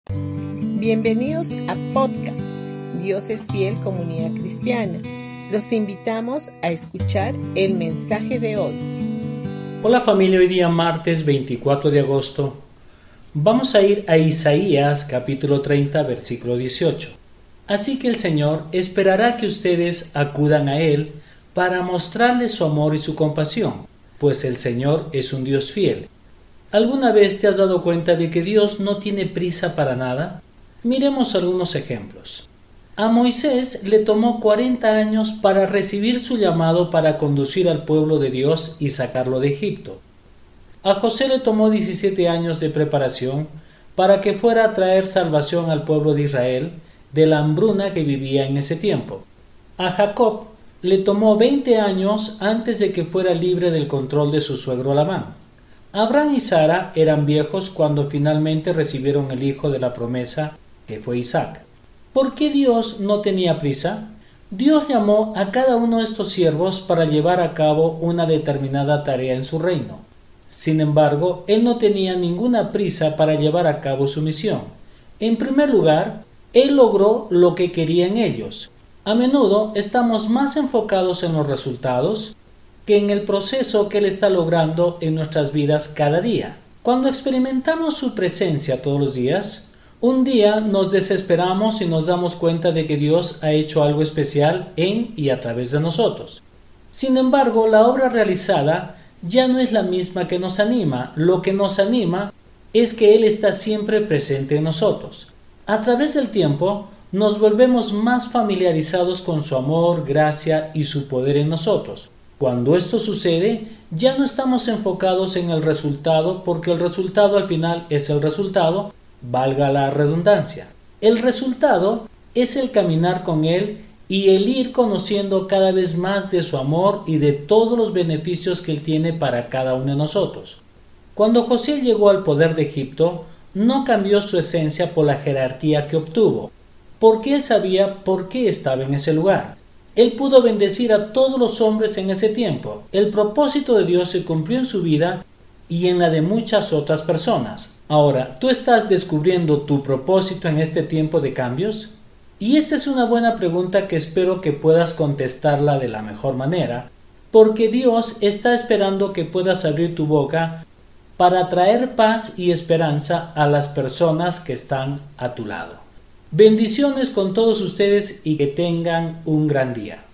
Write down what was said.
Bienvenidos a podcast Dios es Fiel Comunidad Cristiana. Los invitamos a escuchar el mensaje de hoy. Hola familia, hoy día martes 24 de agosto vamos a ir a Isaías capítulo 30 versículo 18. Así que el Señor esperará que ustedes acudan a Él para mostrarle su amor y su compasión, pues el Señor es un Dios fiel. ¿Alguna vez te has dado cuenta de que Dios no tiene prisa para nada? Miremos algunos ejemplos. A Moisés le tomó 40 años para recibir su llamado para conducir al pueblo de Dios y sacarlo de Egipto. A José le tomó 17 años de preparación para que fuera a traer salvación al pueblo de Israel de la hambruna que vivía en ese tiempo. A Jacob le tomó 20 años antes de que fuera libre del control de su suegro Labán. Abraham y Sara eran viejos cuando finalmente recibieron el hijo de la promesa, que fue Isaac. ¿Por qué Dios no tenía prisa? Dios llamó a cada uno de estos siervos para llevar a cabo una determinada tarea en su reino. Sin embargo, Él no tenía ninguna prisa para llevar a cabo su misión. En primer lugar, Él logró lo que querían ellos. A menudo estamos más enfocados en los resultados que en el proceso que Él está logrando en nuestras vidas cada día. Cuando experimentamos su presencia todos los días, un día nos desesperamos y nos damos cuenta de que Dios ha hecho algo especial en y a través de nosotros. Sin embargo, la obra realizada ya no es la misma que nos anima. Lo que nos anima es que Él está siempre presente en nosotros. A través del tiempo, nos volvemos más familiarizados con su amor, gracia y su poder en nosotros. Cuando esto sucede, ya no estamos enfocados en el resultado, porque el resultado al final es el resultado, valga la redundancia. El resultado es el caminar con Él y el ir conociendo cada vez más de su amor y de todos los beneficios que Él tiene para cada uno de nosotros. Cuando José llegó al poder de Egipto, no cambió su esencia por la jerarquía que obtuvo, porque él sabía por qué estaba en ese lugar. Él pudo bendecir a todos los hombres en ese tiempo. El propósito de Dios se cumplió en su vida y en la de muchas otras personas. Ahora, ¿tú estás descubriendo tu propósito en este tiempo de cambios? Y esta es una buena pregunta que espero que puedas contestarla de la mejor manera, porque Dios está esperando que puedas abrir tu boca para traer paz y esperanza a las personas que están a tu lado. Bendiciones con todos ustedes y que tengan un gran día.